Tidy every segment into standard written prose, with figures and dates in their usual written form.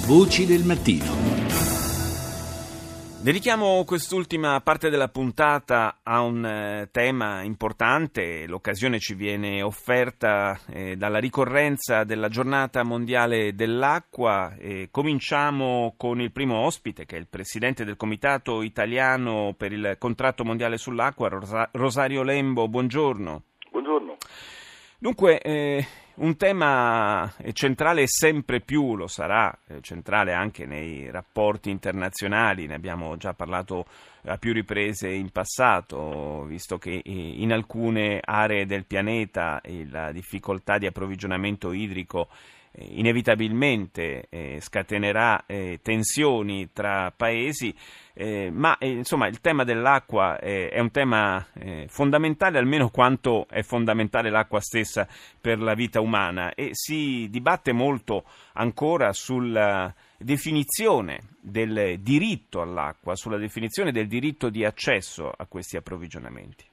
Voci del mattino. Dedichiamo quest'ultima parte della puntata a un tema importante. L'occasione ci viene offerta dalla ricorrenza della Giornata Mondiale dell'Acqua. Cominciamo con il primo ospite, che è il presidente del Comitato Italiano per il Contratto Mondiale sull'Acqua, Rosario Lembo. Buongiorno. Buongiorno. Dunque, un tema centrale e sempre più lo sarà centrale anche nei rapporti internazionali, ne abbiamo già parlato a più riprese in passato, visto che in alcune aree del pianeta la difficoltà di approvvigionamento idrico inevitabilmente scatenerà tensioni tra paesi, ma insomma il tema dell'acqua è un tema fondamentale, almeno quanto è fondamentale l'acqua stessa per la vita umana, e si dibatte molto ancora sulla definizione del diritto all'acqua, sulla definizione del diritto di accesso a questi approvvigionamenti.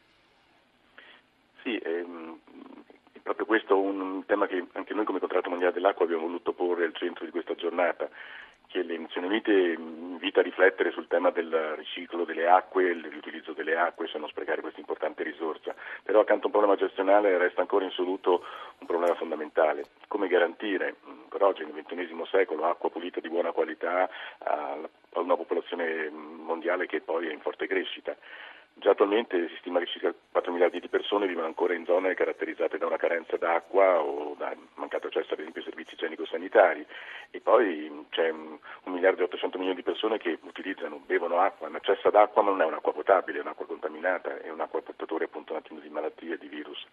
Sì, proprio questo è un tema che anche noi come Contratto Mondiale dell'Acqua abbiamo voluto porre al centro di questa giornata, che le Nazioni Unite invita a riflettere sul tema del riciclo delle acque, il riutilizzo delle acque, se non sprecare questa importante risorsa. Però accanto a un problema gestionale resta ancora insoluto un problema fondamentale: come garantire per oggi, nel XXI secolo, acqua pulita di buona qualità a una popolazione mondiale che poi è in forte crescita. Già attualmente si stima che circa 4 miliardi di persone vivono ancora in zone caratterizzate da una carenza d'acqua o da mancato accesso ad esempio ai servizi igienico-sanitari, e poi c'è 1 miliardo e 800 milioni di persone che bevono acqua, hanno accesso ad acqua ma non è un'acqua potabile, è un'acqua contaminata, è un'acqua portatore appunto di malattie e di virus.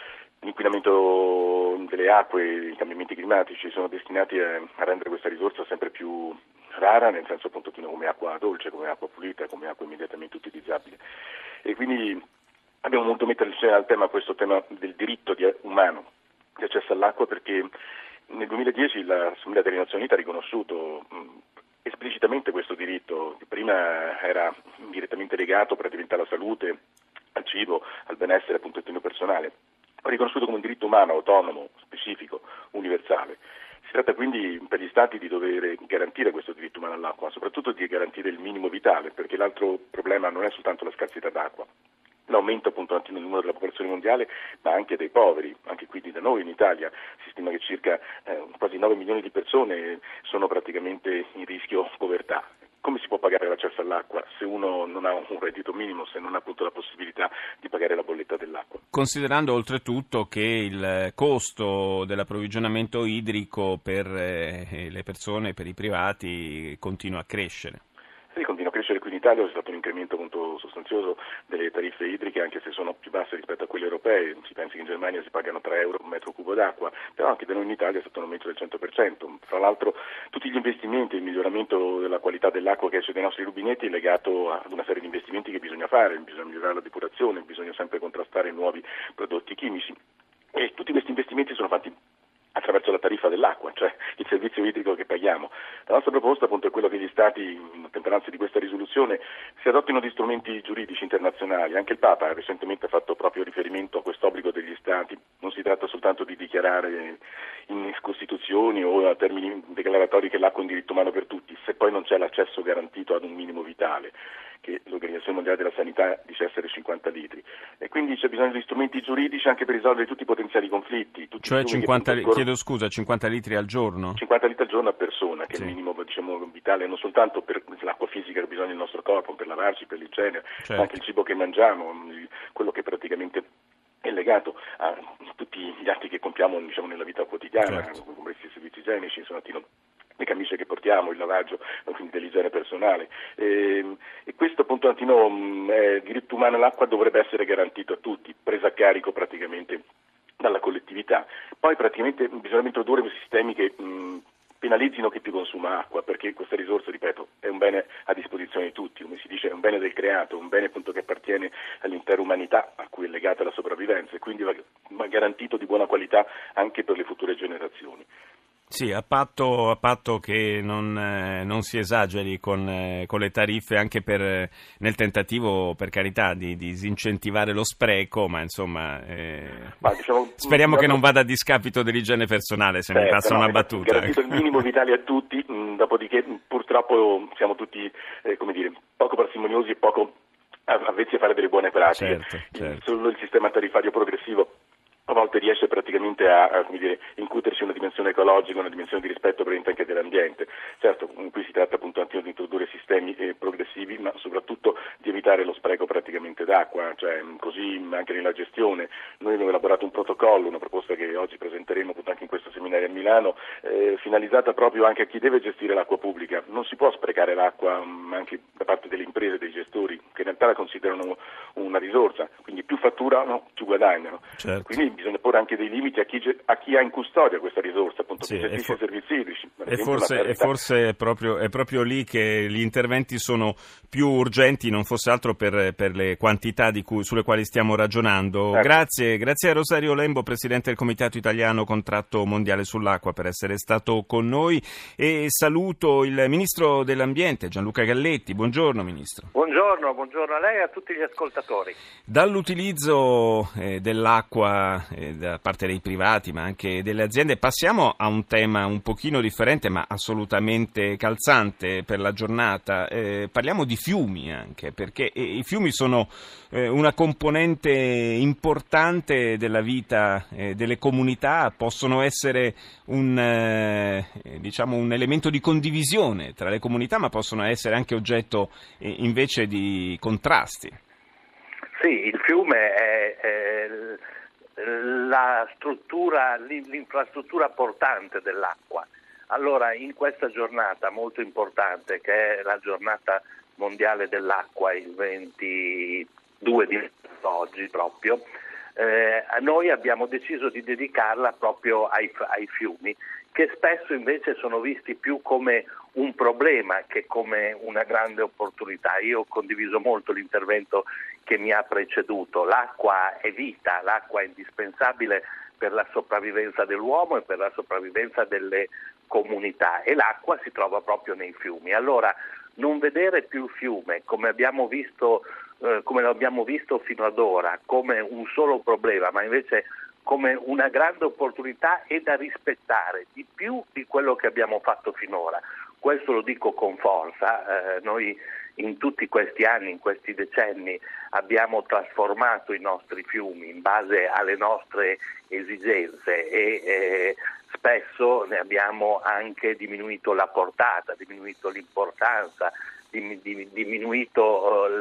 L'inquinamento delle acque, i cambiamenti climatici sono destinati a rendere questa risorsa sempre più rara, nel senso appunto come acqua dolce, come acqua pulita, come acqua immediatamente utilizzabile. E quindi abbiamo voluto mettere al tema questo tema del diritto umano di accesso all'acqua, perché nel 2010 l'Assemblea delle Nazioni Unite ha riconosciuto esplicitamente questo diritto, che prima era direttamente legato praticamente alla salute, al cibo, al benessere appunto personale, ha riconosciuto come un diritto umano, autonomo, specifico, universale. Si tratta quindi per gli Stati di dover garantire questo diritto umano all'acqua, ma soprattutto di garantire il minimo vitale, perché l'altro problema non è soltanto la scarsità d'acqua, l'aumento appunto nel numero della popolazione mondiale, ma anche dei poveri. Anche qui da noi in Italia si stima che circa quasi 9 milioni di persone sono praticamente in rischio povertà. Come si può pagare l'accesso all'acqua se uno non ha un reddito minimo, se non ha appunto la possibilità di pagare la bolletta dell'acqua? Considerando oltretutto che il costo dell'approvvigionamento idrico per le persone, per i privati, continua a crescere. Sì, continua a crescere qui in Italia, c'è stato un incremento molto sostanzioso delle tariffe idriche, anche se sono più basse rispetto a quelle europee. Si pensa che in Germania si pagano 3 euro un metro cubo d'acqua, però anche da noi in Italia è stato un aumento del 100%. Fra l'altro tutti gli investimenti, il miglioramento della qualità dell'acqua che esce dai nostri rubinetti è legato ad una serie di investimenti che bisogna fare, bisogna migliorare la depurazione, bisogna sempre contrastare nuovi prodotti chimici, e tutti questi investimenti sono fatti attraverso la tariffa dell'acqua, cioè il servizio idrico che paghiamo. La nostra proposta appunto è quello che gli Stati, in ottemperanza di questa risoluzione, si adottino di strumenti giuridici internazionali. Anche il Papa recentemente ha fatto proprio riferimento a quest'obbligo degli Stati. Non si tratta soltanto di dichiarare in Costituzioni o a termini declaratori che l'acqua è un diritto umano per tutti, se poi non c'è l'accesso garantito ad un minimo vitale, che l'Organizzazione Mondiale della Sanità dice essere 50 litri. E quindi c'è bisogno di strumenti giuridici anche per risolvere tutti i potenziali conflitti. Cioè 50 litri al giorno? 50 litri al giorno a persona, che sì. è il minimo vitale, non soltanto per l'acqua fisica che ha bisogno il nostro corpo, per lavarci, per l'igiene, certo, ma anche il cibo che mangiamo, quello che praticamente è legato a tutti gli atti che compiamo nella vita quotidiana, certo, compresi i servizi igienici, insomma, le camicie che portiamo, il lavaggio, quindi dell'igiene personale. E questo appunto il diritto umano all'acqua dovrebbe essere garantito a tutti, presa a carico praticamente dalla collettività. Poi praticamente bisogna introdurre sistemi che penalizzino chi più consuma acqua, perché questa risorsa, ripeto, è un bene a disposizione di tutti, come si dice, è un bene del creato, un bene appunto che appartiene all'intera umanità, a cui è legata la sopravvivenza, e quindi va garantito di buona qualità anche per le future generazioni. Sì, a patto che non si esageri con le tariffe, anche nel tentativo, per carità, di disincentivare lo spreco, ma insomma Ma diciamo, speriamo che non vada a discapito dell'igiene personale, se mi passa una battuta. Garantito il minimo vitale a tutti, dopodiché purtroppo siamo tutti, poco parsimoniosi e poco avvezzi a fare delle buone pratiche. Certo. Solo il sistema tariffario progressivo a volte riesce praticamente a incuterci una dimensione ecologica, una dimensione di rispetto anche dell'ambiente. Certo, qui si tratta appunto anche di introdurre sistemi progressivi, ma soprattutto di evitare lo spreco praticamente d'acqua, cioè così anche nella gestione. Noi abbiamo elaborato un protocollo, una proposta che oggi presenteremo appunto anche in questo seminario a Milano, finalizzata proprio anche a chi deve gestire l'acqua pubblica. Non si può sprecare l'acqua anche da parte delle imprese, dei gestori, che in realtà la considerano una risorsa, quindi più fatturano, più guadagnano. Certo. Quindi bisogna porre anche dei limiti a chi ha in custodia questa risorsa, appunto, sì, chi gestisce i servizi idrici. E forse è proprio lì che gli interventi sono più urgenti, non fosse altro per le quantità sulle quali stiamo ragionando. Grazie a Rosario Lembo, Presidente del Comitato Italiano Contratto Mondiale sull'Acqua, per essere stato con noi, e saluto il Ministro dell'Ambiente, Gianluca Galletti. Buongiorno Ministro. Buongiorno a lei e a tutti gli ascoltatori. Dall'utilizzo dell'acqua da parte dei privati ma anche delle aziende passiamo a un tema un pochino differente ma assolutamente calzante per la giornata. Parliamo di fiumi anche, perché i fiumi sono una componente importante della vita delle comunità, possono essere un elemento di condivisione tra le comunità, ma possono essere anche oggetto invece di contrasti. Sì, il fiume è l'infrastruttura portante dell'acqua. Allora, in questa giornata molto importante, che è la giornata mondiale dell'acqua, il 22 di oggi proprio, noi abbiamo deciso di dedicarla proprio ai fiumi, che spesso invece sono visti più come un problema che come una grande opportunità. Io ho condiviso molto l'intervento che mi ha preceduto. L'acqua è vita, l'acqua è indispensabile per la sopravvivenza dell'uomo e per la sopravvivenza delle comunità, e l'acqua si trova proprio nei fiumi. Allora, non vedere più il fiume come l'abbiamo visto fino ad ora, come un solo problema, ma invece come una grande opportunità e da rispettare di più di quello che abbiamo fatto finora. Questo lo dico con forza. Noi in tutti questi anni, in questi decenni, abbiamo trasformato i nostri fiumi in base alle nostre esigenze e spesso ne abbiamo anche diminuito la portata, diminuito l'importanza, diminuito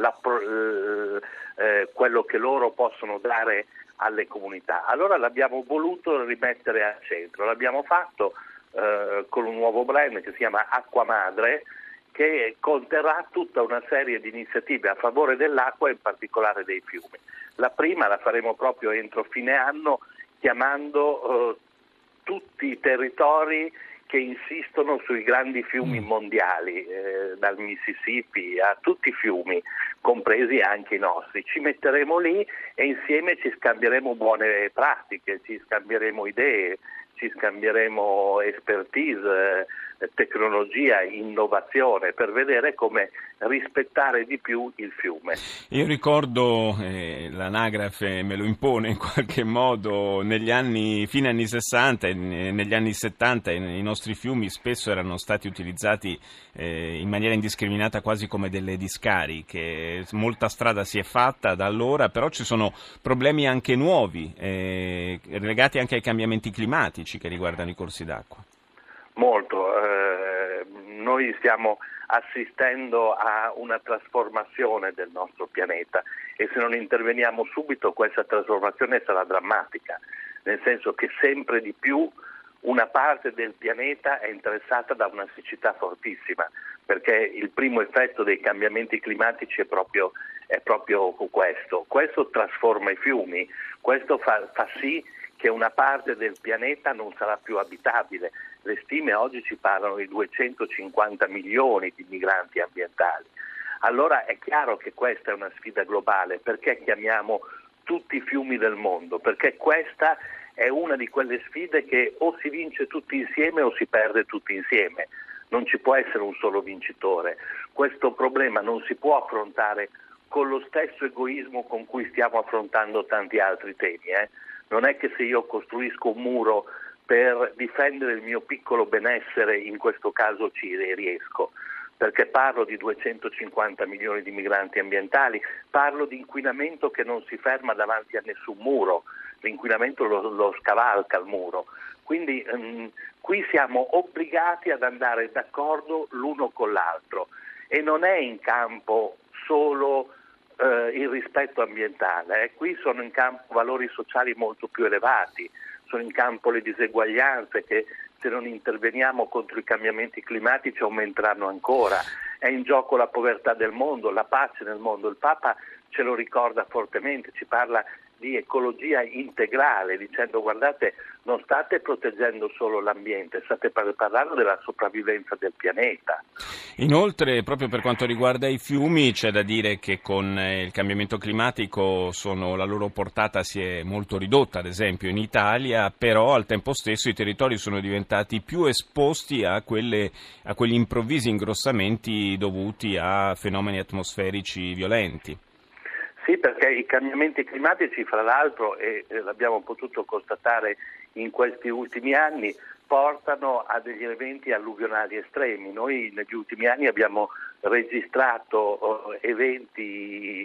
quello che loro possono dare alle comunità. Allora l'abbiamo voluto rimettere al centro, l'abbiamo fatto con un nuovo brand che si chiama Acqua Madre, che conterrà tutta una serie di iniziative a favore dell'acqua e in particolare dei fiumi. La prima la faremo proprio entro fine anno, chiamando tutti i territori che insistono sui grandi fiumi mondiali, dal Mississippi a tutti i fiumi, compresi anche i nostri. Ci metteremo lì e insieme ci scambieremo buone pratiche, ci scambieremo idee, ci scambieremo expertise, tecnologia, innovazione, per vedere come rispettare di più il fiume. Io ricordo, l'anagrafe me lo impone in qualche modo, fine anni 60 e negli anni 70 i nostri fiumi spesso erano stati utilizzati in maniera indiscriminata, quasi come delle discariche. Molta strada si è fatta da allora, però ci sono problemi anche nuovi, legati anche ai cambiamenti climatici che riguardano i corsi d'acqua. Molto. Noi stiamo assistendo a una trasformazione del nostro pianeta e se non interveniamo subito questa trasformazione sarà drammatica, nel senso che sempre di più una parte del pianeta è interessata da una siccità fortissima, perché il primo effetto dei cambiamenti climatici è proprio questo. Questo trasforma i fiumi, questo fa sì che una parte del pianeta non sarà più abitabile. Le stime oggi ci parlano di 250 milioni di migranti ambientali. Allora è chiaro che questa è una sfida globale. Perché chiamiamo tutti i fiumi del mondo? Perché questa è una di quelle sfide che o si vince tutti insieme o si perde tutti insieme. Non ci può essere un solo vincitore. Questo problema non si può affrontare con lo stesso egoismo con cui stiamo affrontando tanti altri temi. Non è che se io costruisco un muro per difendere il mio piccolo benessere, in questo caso ci riesco, perché parlo di 250 milioni di migranti ambientali, parlo di inquinamento che non si ferma davanti a nessun muro, l'inquinamento lo scavalca il muro. Quindi qui siamo obbligati ad andare d'accordo l'uno con l'altro e non è in campo solo il rispetto ambientale, qui sono in campo valori sociali molto più elevati, sono in campo le diseguaglianze che se non interveniamo contro i cambiamenti climatici aumenteranno ancora, è in gioco la povertà del mondo, la pace nel mondo. Il Papa ce lo ricorda fortemente, ci parla di ecologia integrale, dicendo guardate, non state proteggendo solo l'ambiente, state parlando della sopravvivenza del pianeta. Inoltre, proprio per quanto riguarda i fiumi, c'è da dire che con il cambiamento climatico la loro portata si è molto ridotta, ad esempio in Italia, però al tempo stesso i territori sono diventati più esposti a quegli improvvisi ingrossamenti dovuti a fenomeni atmosferici violenti. Sì, perché i cambiamenti climatici, fra l'altro, e l'abbiamo potuto constatare in questi ultimi anni, portano a degli eventi alluvionali estremi. Noi negli ultimi anni abbiamo registrato eventi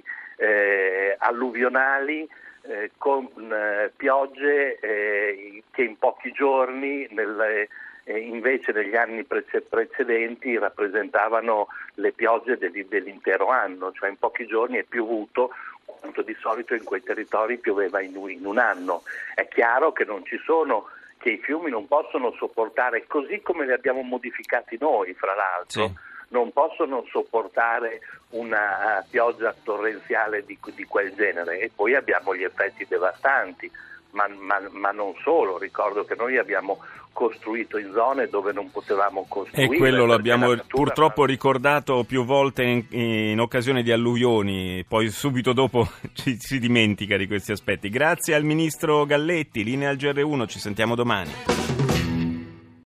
alluvionali con piogge che in pochi giorni invece negli anni precedenti rappresentavano le piogge dell'intero anno, cioè in pochi giorni è piovuto quanto di solito in quei territori pioveva in un anno. È chiaro che che i fiumi non possono sopportare, così come li abbiamo modificati noi, fra l'altro, sì, non possono sopportare una pioggia torrenziale di quel genere, e poi abbiamo gli effetti devastanti. Ma non solo, ricordo che noi abbiamo costruito in zone dove non potevamo costruire. E quello l'abbiamo purtroppo ricordato più volte in occasione di alluvioni, poi subito dopo si dimentica di questi aspetti. Grazie al Ministro Galletti, linea al GR1, ci sentiamo domani.